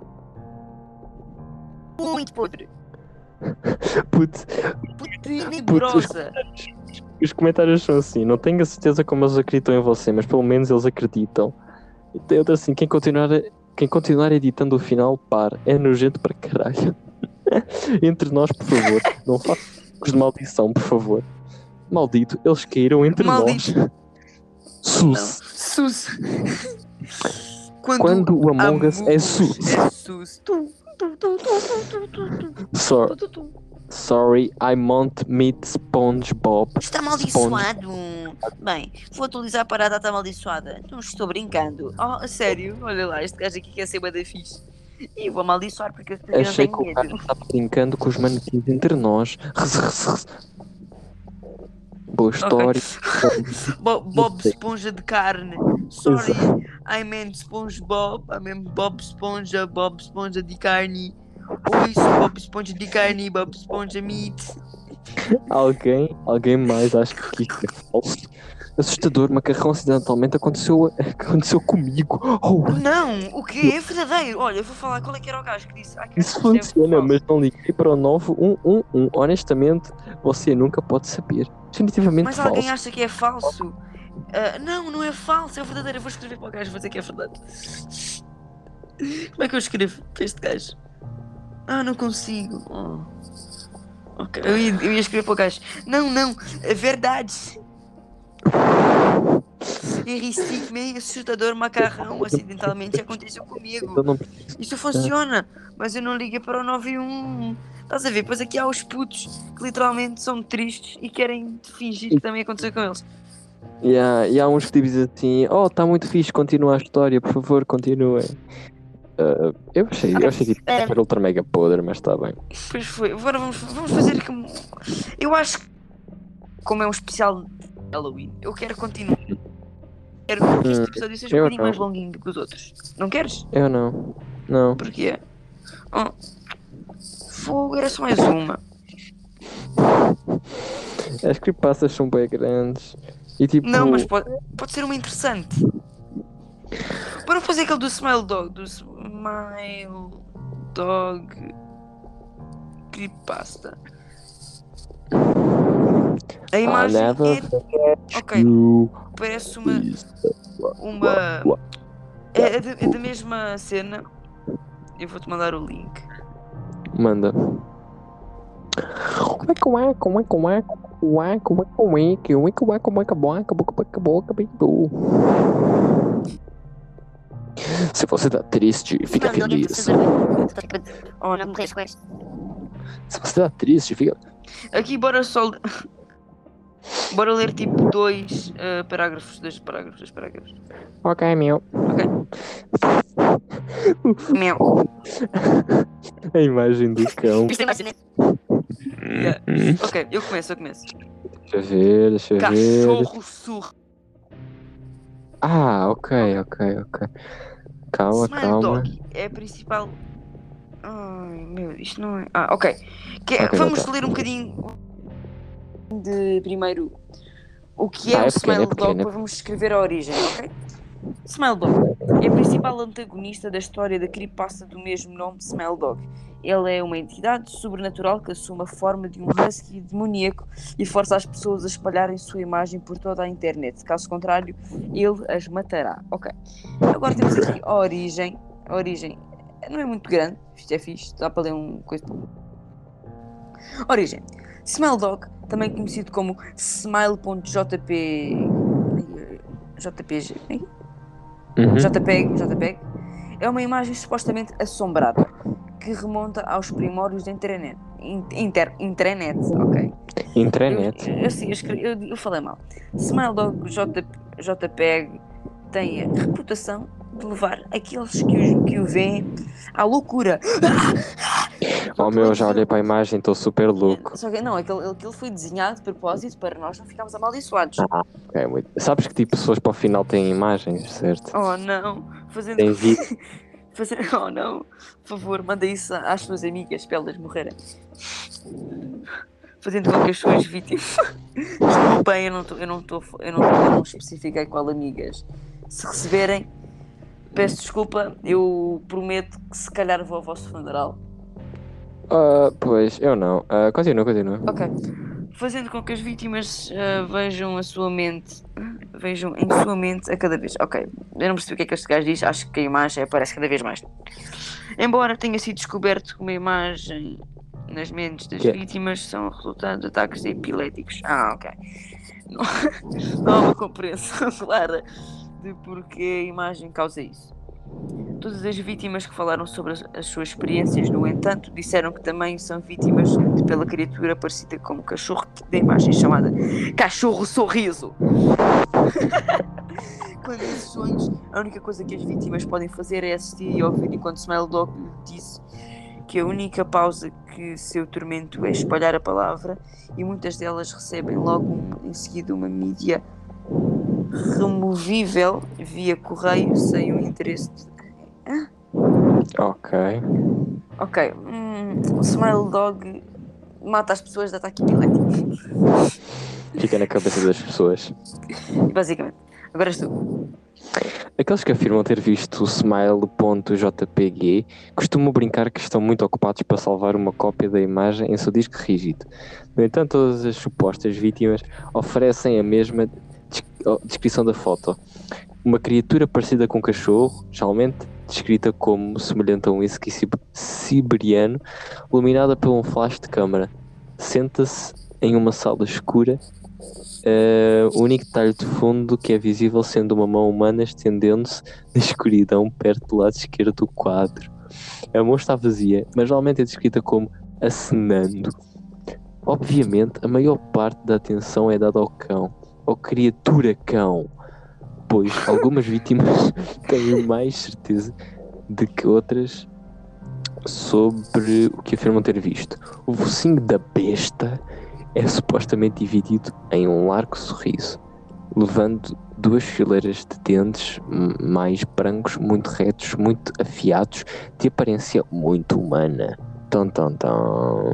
Muito podre. Putz, Tenebrosa. os comentários são assim, não tenho a certeza como eles acreditam em você, mas pelo menos eles acreditam. Então, assim, quem continuar, quem continuar editando o final, para. É nojento para caralho. Entre nós, por favor, não façam jogos de maldição, por favor. Maldito, eles caíram entre Maldito. nós. Sus. Sus. Quando, Quando o Among Us é sus. É sus. Tu, tu, tu, tu, tu, tu, tu, tu, Sorry, tu, tu, tu. sorry, I want meet SpongeBob. Está amaldiçoado. Bem, vou atualizar para a data amaldiçoada. Não estou brincando. Oh, a sério? Olha lá, este gajo aqui quer ser bué da fixe. E vou amaldiçoar porque eu não Achei tenho que o cara medo. estava brincando com os manequins entre nós. Boa história. Bo- Bob Esponja de carne. Sorry, I meant SpongeBob. I meant Bob Esponja, Bob Esponja de carne. Ou isso, Bob Esponja de carne, Bob Esponja meat. Alguém, alguém mais acha que isto é falso? Assustador, macarrão acidentalmente aconteceu, aconteceu comigo. Oh, Não, o quê? É verdadeiro. Olha, eu vou falar qual é que era o gajo que disse. Ah, que isso isto é funciona, falso. mas não liguei para o nove um um um. Honestamente, você nunca pode saber. Definitivamente Mas falso. alguém acha que é falso? Ah, não, não é falso, é verdadeiro. Eu vou escrever para o gajo, vou dizer que é verdade. Como é que eu escrevo para este gajo? Ah, não consigo. Oh. Ok, eu ia, eu ia escrever para o gajo. Não, não, é verdade. Enristi-me, assustador macarrão, acidentalmente aconteceu comigo. Eu não preciso. Isso funciona, mas eu não liguei para o nove um um. Estás a ver? Pois aqui há os putos que literalmente são tristes e querem fingir que também aconteceu com eles. E há, e há uns que dizem assim: Oh, está muito fixe, continua a história, por favor, continuem. Uh, eu achei, eu achei tipo, É. era ultra mega podre, mas está bem. Pois foi. Agora vamos, vamos fazer como. Eu acho que, como é um especial de Halloween, eu quero continuar. Quero que este episódio seja um eu bocadinho não. mais longuinho do que os outros. Não queres? Eu não. Não. Porquê? Oh. Fogo, era só mais uma. As creepypastas são bem grandes. E tipo. Não, mas pode, pode ser uma interessante. Bora fazer aquele do Smile Dog. Do Smile Dog Creepypasta. A imagem I never é. Ok, you. parece uma. Uma. É, é, da, é da mesma cena. Eu vou-te mandar o link. Manda. Como é que é? Como é que é? Como é como é como é que como é como é como é que boa acabou acabou acabou. Se você tá triste, fica feliz. Oh, não me com isto. Se você tá triste, fica. Aqui bora só. Bora ler tipo dois uh, parágrafos, dois parágrafos, dois parágrafos. Ok, meu. Ok. Meu. A imagem do cão. Yeah. Ok, eu começo, eu começo. Deixa eu ver, deixa eu ver. Cachorro surro. Ah, ok, ok, ok. Calma, Smile calma. Dog é a principal. Ai meu, isto não é. Ah, ok. Que é- Ok, vamos já tá. ler um bocadinho de primeiro o que é Ah, o é pequeno, Smile é pequeno, Dog, é- depois vamos escrever a origem, ok? Smile Dog é a principal antagonista da história da creepypasta do mesmo nome, Smile Dog. Ele é uma entidade sobrenatural que assume a forma de um husky demoníaco e força as pessoas a espalharem sua imagem por toda a internet. Caso contrário, ele as matará. Ok. Agora temos aqui a origem. A origem não é muito grande, isto é fixe, dá para ler um coisa. Origem. Smile Dog, também conhecido como Smile.jp. JPG. Uhum. JPEG, JPEG, é uma imagem supostamente assombrada que remonta aos primórdios da internet. Inter, intranet, ok? Intranet. Eu, eu, sim, eu, escrevi, eu, eu falei mal. Smile Dog J, JPEG tem a reputação de levar aqueles que o, que o veem à loucura. Oh meu, já olhei para a imagem, estou super louco. Só que não, aquele, aquele foi desenhado de propósito para nós não ficarmos amaldiçoados. Ah, ok, muito. Sabes que tipo pessoas para o final têm imagens, certo? Oh não, fazendo Tem vídeo. fazer... Oh não, por favor, manda isso às suas amigas para elas morrerem. Fazendo com que as suas vítimas... Desculpem, eu não estou, eu não estou, eu não, eu não especifiquei qual amigas. Se receberem, peço desculpa, eu prometo que se calhar vou ao vosso funeral. Ah, pois, eu não. Ah, continua, continua. Ok. Fazendo com que as vítimas ah, vejam a sua mente, vejam em sua mente a cada vez. Ok, eu não percebi o que é que este gajo diz, acho que a imagem aparece cada vez mais. Embora tenha sido descoberto que uma imagem nas mentes das Que- vítimas são resultado de ataques epiléticos. Ah, ok. Não, não há uma compreensão clara de porque a imagem causa isso. Todas as vítimas que falaram sobre as, as suas experiências, no entanto, disseram que também são vítimas de, pela criatura parecida como cachorro da imagem chamada Cachorro Sorriso. Quando esses sonhos, a única coisa que as vítimas podem fazer é assistir e ouvir enquanto Smile Dog lhe disse que a única pausa que seu tormento é espalhar a palavra, e muitas delas recebem logo um, em seguida uma mídia removível via correio sem o interesse de... Ah? Ok. Ok, hum, o Smile Dog mata as pessoas de ataque epilético. Fica na cabeça das pessoas. Basicamente. Agora és tu. Aqueles que afirmam ter visto o Smile.jpg costumam brincar que estão muito ocupados para salvar uma cópia da imagem em seu disco rígido. No entanto, todas as supostas vítimas oferecem a mesma des- oh, descrição da foto. Uma criatura parecida com um cachorro, geralmente descrita como semelhante a um husky sib- siberiano, iluminada por um flash de câmara. Senta-se em uma sala escura. Uh, o único detalhe de fundo que é visível sendo uma mão humana estendendo-se na escuridão perto do lado esquerdo do quadro. A mão está vazia, mas geralmente é descrita como acenando. Obviamente, a maior parte da atenção é dada ao cão, ao criatura cão, pois algumas vítimas têm mais certeza de que outras sobre o que afirmam ter visto. O focinho da besta é supostamente dividido em um largo sorriso, levando duas fileiras de dentes m- mais brancos, muito retos, muito afiados, de aparência muito humana. Tão, tão, tão.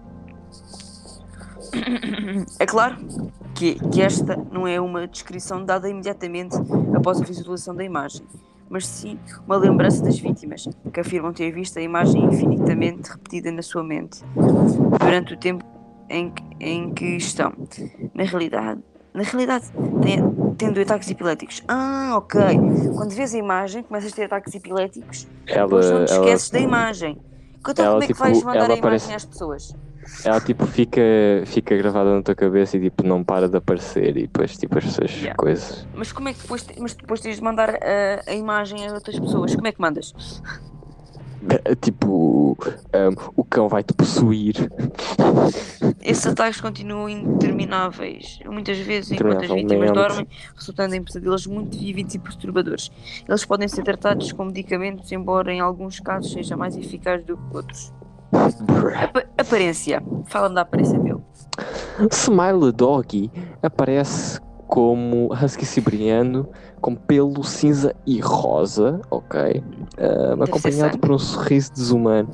É claro que, que esta não é uma descrição dada imediatamente após a visualização da imagem, mas sim uma lembrança das vítimas, que afirmam ter visto a imagem infinitamente repetida na sua mente durante o tempo em que, em que estão. Na realidade, na realidade tem- tendo ataques epiléticos. Ah, ok. Quando vês a imagem, começas a ter ataques epiléticos, depois não Ela, te ela, esqueces da imagem. Então ela, como é que tipo, vais mandar ela a imagem aparece- às pessoas? ela tipo fica, fica gravada na tua cabeça e tipo não para de aparecer e depois tipo as pessoas Yeah. coisas. Mas como é que depois, mas depois tens de mandar a, a imagem a outras pessoas? Como é que mandas? É, Tipo, um, o cão vai te possuir. Esses ataques continuam intermináveis, muitas vezes enquanto as vítimas Interminavelmente. dormem, resultando em pesadelos muito vívidos e perturbadores. Eles podem ser tratados com medicamentos, embora em alguns casos seja mais eficaz do que outros. Apa- aparência. Fala-me da aparência dele. Smile Doggy aparece como husky siberiano com pelo cinza e rosa, ok? Um, Deve ser acompanhado sangue. por um sorriso desumano.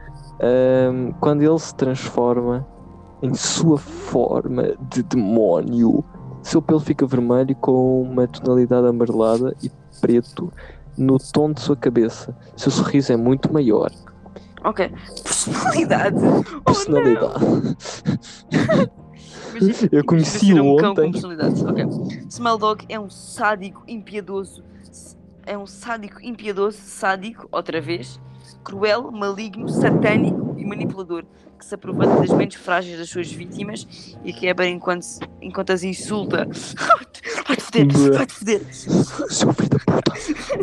Um, quando ele se transforma em sua forma de demónio, seu pelo fica vermelho com uma tonalidade amarelada e preto no tom de sua cabeça. Seu sorriso é muito maior. Ok. Personalidade. Personalidade. Imagina- Eu conheci imagina um cão ontem. com personalidade. Ok. Smile Dog é um sádico impiedoso. É um sádico impiedoso, sádico, outra vez, cruel, maligno, satânico e manipulador, que se aproveita das mentes frágeis das suas vítimas e quebra enquanto, se- enquanto as insulta. Vai-te foder, vai-te foder. Seu filho da puta.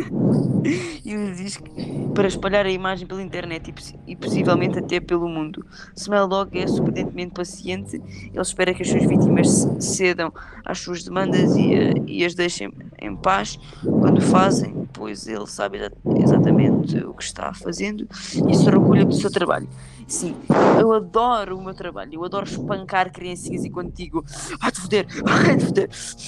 E ele diz que para espalhar a imagem pela internet e, possi- e possivelmente até pelo mundo. Smile Dog é surpreendentemente paciente. Ele espera que as suas vítimas se- cedam às suas demandas e, eh, e as deixem em paz quando o fazem, pois ele sabe exa- exatamente o que está fazendo e se orgulha do seu trabalho. Sim, eu adoro o meu trabalho, eu adoro espancar criancinhas enquanto digo vai-te foder, vai-te foder.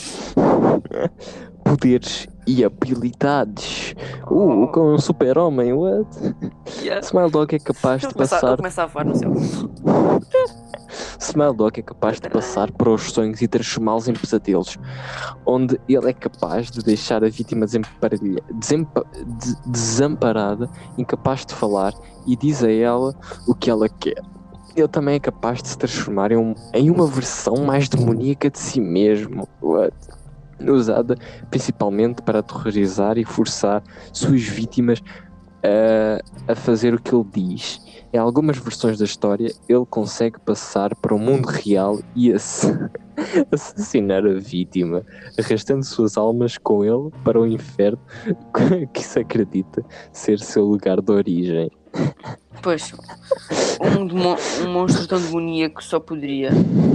Poderes e habilidades. Uh, com um super-homem, what? Yeah. Smile Dog é capaz Ele de começa, ele passar. começa a voar no céu. Smile Dog é capaz de passar para os sonhos e transformá-los em pesadelos, onde ele é capaz de deixar a vítima desemparelha- desempa- de- desamparada, incapaz de falar, e diz a ela o que ela quer. Ele também é capaz de se transformar em, um- em uma versão mais demoníaca de si mesmo, what? Usada principalmente para aterrorizar e forçar suas vítimas a, a fazer o que ele diz. Em algumas versões da história, ele consegue passar para o mundo real e ass- assassinar a vítima, arrastando suas almas com ele para o inferno, que se acredita ser seu lugar de origem. Pois, um, demo- um monstro tão demoníaco só poderia.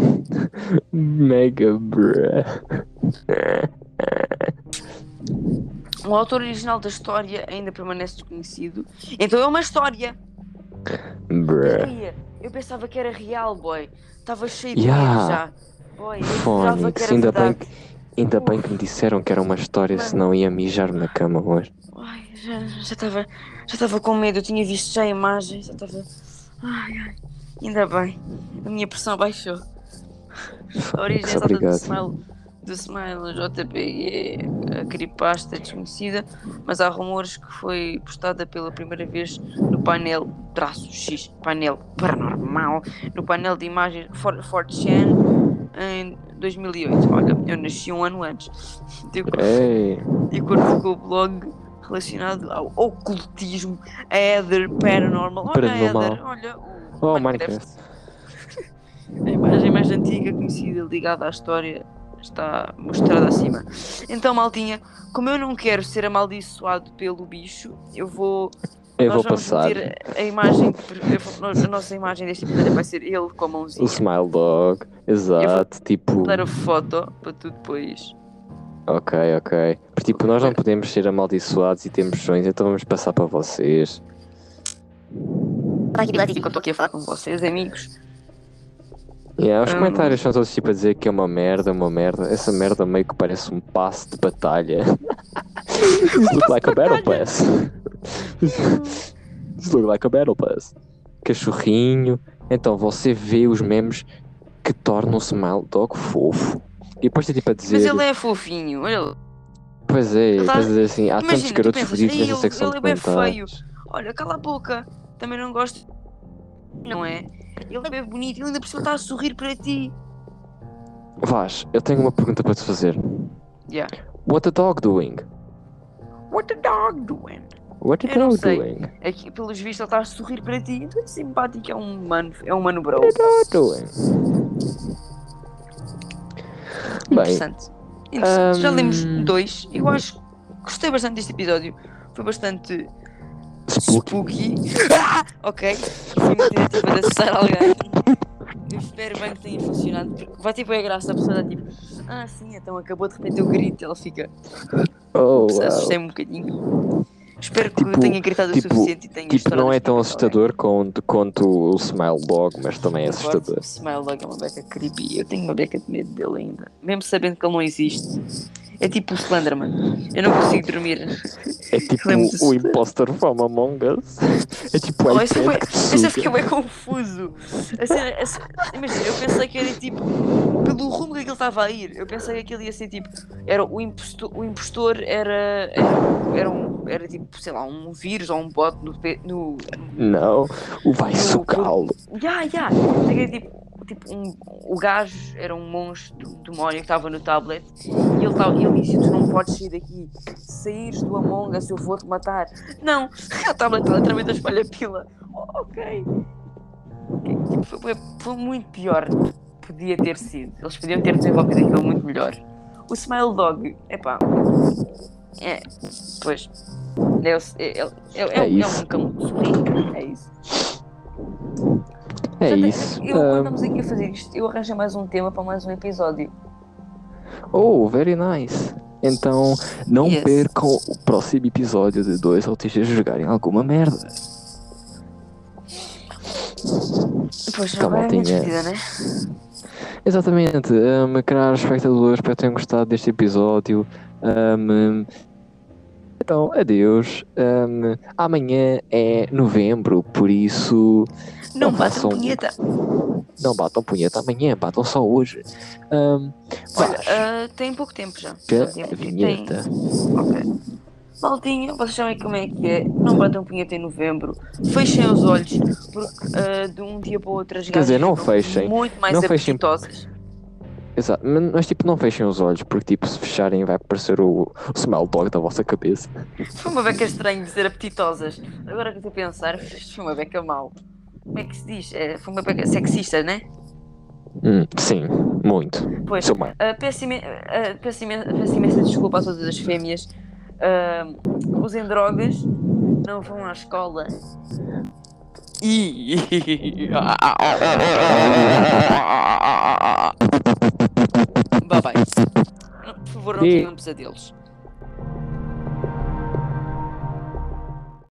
Mega bruh. O autor original da história ainda permanece desconhecido. Então é uma história. Bruh. Ai, eu pensava que era real, boy. Estava cheio de Yeah. medo já. Boy, eu jurava que Fónix, era ainda bem verdade. que, ainda bem que me disseram que era uma história, Mano. senão ia mijar na cama hoje. Ai, já estava já estava com medo. Eu tinha visto já a imagem. Já estava. Ai, ai. Ainda bem. A minha pressão baixou. A origem Fónix, exata do obrigado. Smile, do Smile J P G, a creepypasta é desconhecida, mas há rumores que foi postada pela primeira vez no painel traço X, painel paranormal, no painel de imagens quatro chan em dois mil e oito. Olha, eu nasci um ano antes. De acordo, Ei, de acordo com o blog relacionado ao ocultismo, a Heather Paranormal. Olha a Paranormal. Heather, olha o Oh, Minecraft. Minecraft. A imagem mais antiga conhecida ligada à história está mostrada acima. Então, maltinha, como eu não quero ser amaldiçoado pelo bicho, eu vou. Eu nós vou vamos passar. meter a imagem. eu vou- A nossa imagem deste episódio vai ser ele com a O mãozinha. Smile Dog, exato, tipo. Vou dar a foto para tu depois. Ok, ok. Porque, tipo, nós não podemos ser amaldiçoados e temos sonhos, então vamos passar para vocês. Enquanto eu estou aqui a falar com vocês, amigos. Yeah, os Hum. comentários são todos tipo a dizer que é uma merda, uma merda. Essa merda meio que parece um passe de batalha. This look like a battle pass. This look like a battle pass. Cachorrinho. Então você vê os memes que tornam o Smile Dog fofo. E depois tem tipo a dizer. Mas ele é fofinho, olha ele. Pois é, Ele tá- depois a dizer assim, há Imagina, tantos tu garotos pensas, fodidos "Ei, nessa ele- secção ele de é bem comentários. Olha, cala a boca, também não gosto. Não é? Ele é bem bonito, ele ainda por cima está a sorrir para ti. Vaz, eu tenho uma pergunta para te fazer. Yeah. What the dog doing? What the dog doing? What the Eu não dog sei. doing? É que, pelos vistos, ele está a sorrir para ti. Então é simpático, é um mano, é um mano bro. What the dog doing? Bem, Interessante. Interessante. Já hum, lemos dois. Eu acho que gostei bastante deste episódio. Foi bastante spooky. spooky. Ah! Ok. Foi uma tentativa de assustar alguém. Eu espero bem que tenha funcionado. Porque vai ter bem a graça a pessoa está tipo, ah sim, então acabou de repente eu grito. Ela fica, Oh, ups, wow. assustei-me um bocadinho. Espero que Tipo- tenha gritado tipo- o suficiente e tenha Tipo, estourado não é as tão pernas de alguém. assustador quanto, quanto o Smile Dog, mas também é Concordo, assustador. o Smile Dog é uma beca creepy. Eu tenho uma beca de medo dele ainda. Mesmo sabendo que ele não existe. É tipo o Slenderman. Eu não consigo dormir. É tipo Lembro disso. o Imposter from Among Us. É tipo o Oh, esse, iPad foi, que esse suga. fica bem confuso. A cena- a ce- imagina, eu pensei que era tipo. Pelo rumo que ele estava a ir, eu pensei que aquilo ia ser tipo. Era o impostor, o impostor era. Era, era, um, era tipo, sei lá, um vírus ou um bot no. pe- no Não, o vai No- sucá-lo. Ya, ya! Pensei que era tipo. Tipo, um, o gajo era um monstro do demónio que estava no tablet e ele, tava, ele disse: Tu não podes sair daqui, se saíres do Among Us eu vou-te matar. Não, o tablet está literalmente a espalhar pila. Oh, ok. Tipo, foi, foi, foi muito pior. Podia ter sido. Eles podiam ter desenvolvido aquilo muito melhor. O Smile Dog, epá. É. Pois. É, é, é, é, é, É isso. é um cão sorrindo. É isso. É Já tem- isso. Eu, quando Um, estamos aqui a fazer isto, eu arranjei mais um tema para mais um episódio. oh, very nice. Então, não Yes. percam o próximo episódio de dois autistas jogarem alguma merda. Pois, Então, agora é a minha maltinha. despedida, né? Exatamente, um, caros espectadores, espero que tenham gostado deste episódio. Um, então, adeus. Um, amanhã é novembro, por isso Não não batam façam. punheta. Não batam punheta amanhã, batam só hoje. Um, Olha, Vaz, ah, tem pouco tempo já. que Já tem, a tem. vinheta. Ok. Maldinha, vocês sabem como é que é. Não batam punheta em novembro. Fechem os olhos, porque ah, de um dia para o outro as Quer gajas dizer, não ficam fechem. muito mais Não fechem. apetitosas. Exato, mas, mas, tipo, não fechem os olhos, porque tipo, se fecharem vai aparecer o, o smell dog da vossa cabeça. Foi uma beca estranho dizer apetitosas. Agora que estou a pensar, isto foi uma beca mau. Como é que se diz? É, foi uma beca sexista, né? Hum, sim, muito. Pois, Sou mais. ah, peço, imen- ah, peço, imen- peço imensa desculpa a todas as fêmeas. Ah, usem drogas, não vão à escola. E... Bye bye. Por favor, não tenham pesadelos.